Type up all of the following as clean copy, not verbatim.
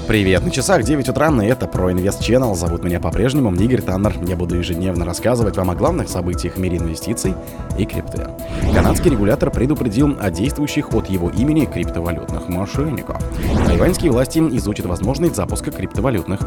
Привет, на часах 9 утра, и это ProInvest Channel. Зовут меня по-прежнему Игорь Таннер. Я буду ежедневно рассказывать вам о главных событиях в мире инвестиций и крипты. Канадский регулятор предупредил о действующих от его имени криптовалютных мошенников. Тайваньские власти изучат возможность запуска криптовалютных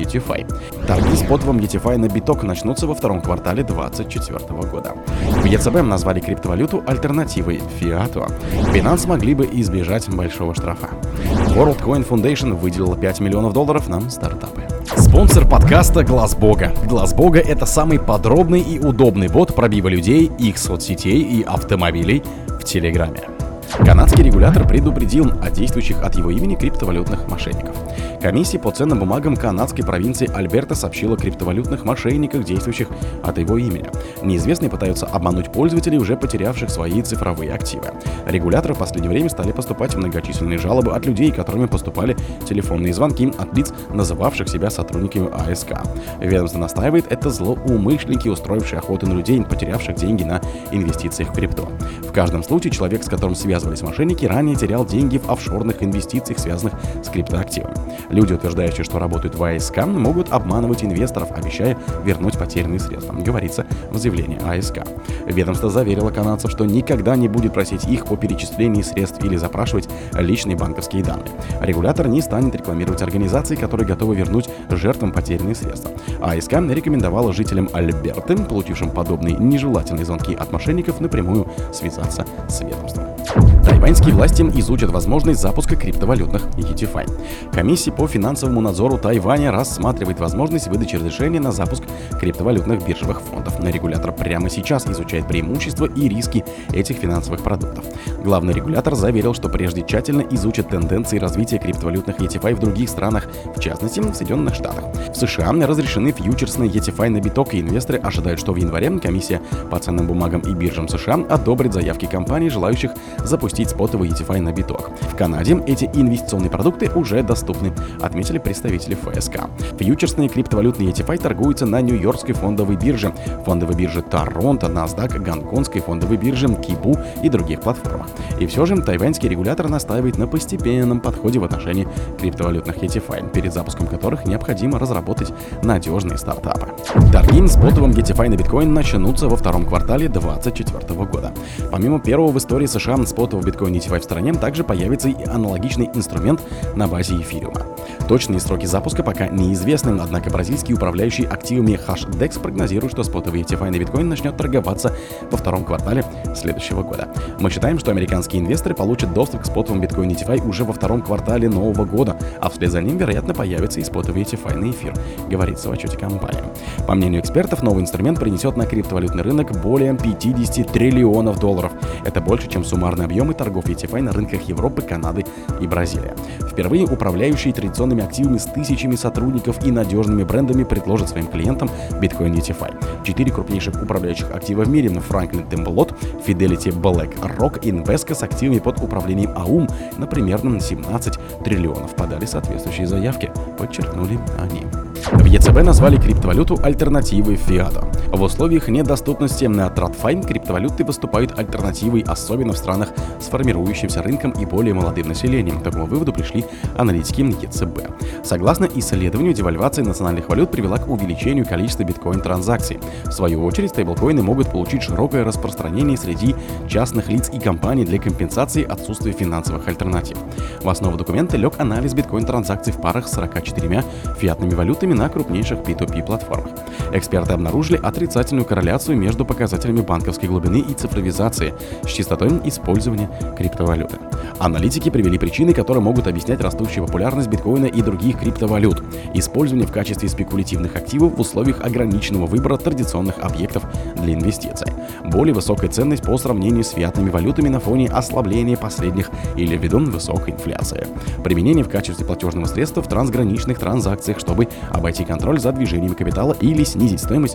ETFi. Торги с спотовым ETFi на биток начнутся во втором квартале 2024 года. В ЕЦБ назвали криптовалюту альтернативой фиату. Binance могли бы избежать большого штрафа. WorldCoin Foundation выделила $5 миллионов на стартапы. Спонсор подкаста Глаз Бога. Глаз Бога — это самый подробный и удобный бот пробива людей, их соцсетей и автомобилей в Телеграме. Канадский регулятор предупредил о действующих от его имени криптовалютных мошенников. Комиссия по ценным бумагам канадской провинции Альберта сообщила о криптовалютных мошенниках, действующих от его имени. Неизвестные пытаются обмануть пользователей, уже потерявших свои цифровые активы. Регуляторы в последнее время стали поступать многочисленные жалобы от людей, которыми поступали телефонные звонки от лиц, называвших себя сотрудниками АСК. Ведомство настаивает, это злоумышленники, устроившие охоту на людей, потерявших деньги на инвестициях в крипту. В каждом случае человек, с которым связывались мошенники, ранее терял деньги в офшорных инвестициях, связанных с криптоактивами. Люди, утверждающие, что работают в АСК, могут обманывать инвесторов, обещая вернуть потерянные средства, говорится в заявлении АСК. Ведомство заверило канадцев, что никогда не будет просить их о перечислении средств или запрашивать личные банковские данные. Регулятор не станет рекламировать организации, которые готовы вернуть жертвам потерянные средства. АСК рекомендовала жителям Альберты, получившим подобные нежелательные звонки от мошенников, напрямую связаться с ведомством. Тайваньские власти изучат возможность запуска криптовалютных ETFi. Комиссия по финансовому надзору Тайваня рассматривает возможность выдачи разрешения на запуск криптовалютных биржевых фондов. Регулятор прямо сейчас изучает преимущества и риски этих финансовых продуктов. Главный регулятор заверил, что прежде тщательно изучит тенденции развития криптовалютных ETFi в других странах, в частности, в Соединенных Штатах. В США разрешены фьючерсные ETFi на биток, и инвесторы ожидают, что в январе комиссия по ценным бумагам и биржам США одобрит заявки компаний, желающих запустить спотовый ETFi на биток. В Канаде эти инвестиционные продукты уже доступны, отметили представители ФСК. Фьючерсные криптовалютные ETFi торгуются на Нью-Йоркской фондовой бирже, фондовой бирже Торонто, NASDAQ, Гонконгской фондовой бирже, Кибу и других платформах. И все же тайваньский регулятор настаивает на постепенном подходе в отношении криптовалютных ETFi, перед запуском которых необходимо разработать надежные стартапы. Торги с спотовым ETFi на биткоин начнутся во втором квартале 2024 года. Помимо первого в истории США спотового биткоин ETFi в стране, также появится и аналогичный инструмент на базе эфириума. Точные сроки запуска пока неизвестны, однако бразильский управляющий активами Hashdex прогнозирует, что спотовый ETFi на биткоин начнет торговаться во втором квартале следующего года. Мы считаем, что американские инвесторы получат доступ к спотовому биткоин ETFi уже во втором квартале нового года, а вслед за ним, вероятно, появится и спотовый ETFi на эфир, говорится в отчете компании. По мнению экспертов, новый инструмент принесет на криптовалютный рынок более 50 триллионов долларов. Это больше, чем суммарные объемы торгов ETFi на рынках Европы, Канады и Бразилии. Впервые управляющие традиционными активами с тысячами сотрудников и надежными брендами предложат своим клиентам биткоин ETFi. 4 крупнейших управляющих актива в мире — Franklin Templeton, Fidelity, BlackRock и Invesco с активами под управлением АУМ на примерно 17 триллионов подали соответствующие заявки, подчеркнули они. В ЕЦБ назвали криптовалюту альтернативой фиату. В условиях недоступности на TradFi криптовалюты выступают альтернативой, особенно в странах с формирующимся рынком и более молодым населением. К такому выводу пришли аналитики ЕЦБ. Согласно исследованию, девальвация национальных валют привела к увеличению количества биткоин-транзакций. В свою очередь, стейблкоины могут получить широкое распространение среди частных лиц и компаний для компенсации отсутствия финансовых альтернатив. В основу документа лег анализ биткоин-транзакций в парах с 44 фиатными валютами на крупнейших P2P-платформах. Эксперты обнаружили отрицательную корреляцию между показателями банковской глубины и цифровизации с частотой использования криптовалюты. Аналитики привели причины, которые могут объяснять растущую популярность биткоина и других криптовалют. Использование в качестве спекулятивных активов в условиях ограниченного выбора традиционных объектов для инвестиций. Более высокая ценность по сравнению с фиатными валютами на фоне ослабления последних или ввиду высокой инфляции. Применение в качестве платежного средства в трансграничных транзакциях, чтобы обойти контроль за движениями капитала или снизить стоимость полученных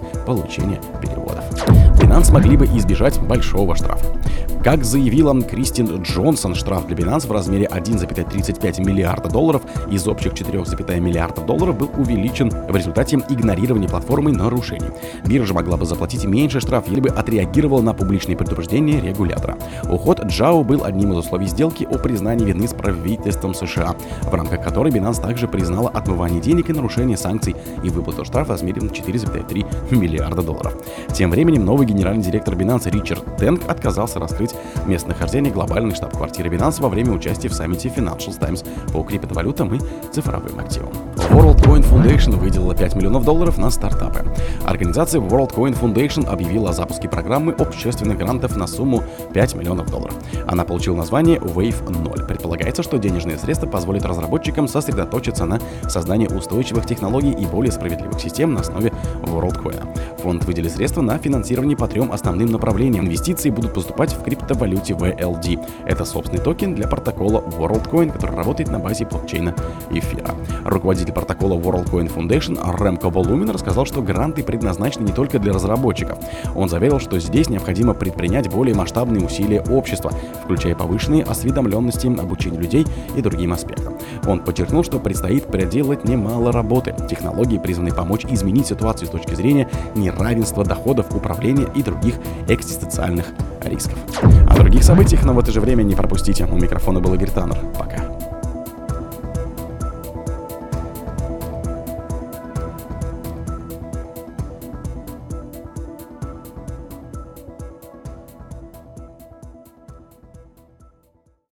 получения переводов. Binance могли бы избежать большого штрафа. Как заявила Кристин Джонсон, штраф для Binance в размере 1,35 миллиарда долларов из общих 4,5 миллиардов долларов был увеличен в результате игнорирования платформой нарушений. Биржа могла бы заплатить меньше штраф, если бы отреагировала на публичные предупреждения регулятора. Уход Джао был одним из условий сделки о признании вины с правительством США, в рамках которой Binance также признала отмывание денег и нарушение санкций и выплату штрафа в размере 4,3 миллиарда долларов. Тем временем новый генеральный директор Binance Ричард Тенг отказался раскрыть местонахождение глобальной штаб-квартиры Binance во время участия в саммите Financial Times по криптовалютам и цифровым активам. World Coin Foundation выделила $5 миллионов на стартапы. Организация World Coin Foundation объявила о запуске программы общественных грантов на сумму $5 миллионов. Она получила название Wave 0. Предполагается, что денежные средства позволят разработчикам сосредоточиться на создании устойчивых технологий и более справедливых систем на основе WorldCoin. Фонд выделил средства на финансирование по 3 основным направлениям. Инвестиции будут поступать в криптовалюте VLD. Это собственный токен для протокола WorldCoin, который работает на базе блокчейна эфира. Руководитель протокола WorldCoin Foundation Remco Volumin рассказал, что гранты предназначены не только для разработчиков. Он заверил, что здесь необходимо предпринять более масштабные усилия общества, включая повышенные осведомленности, обучение людей и другим аспектам. Он подчеркнул, что предстоит проделать немало работы. Технологии призваны помочь изменить ситуацию с точки зрения неравенства доходов, управления и других экзистенциальных рисков. О других событиях, но в это же время не пропустите. У микрофона был Игорь Таннер. Пока.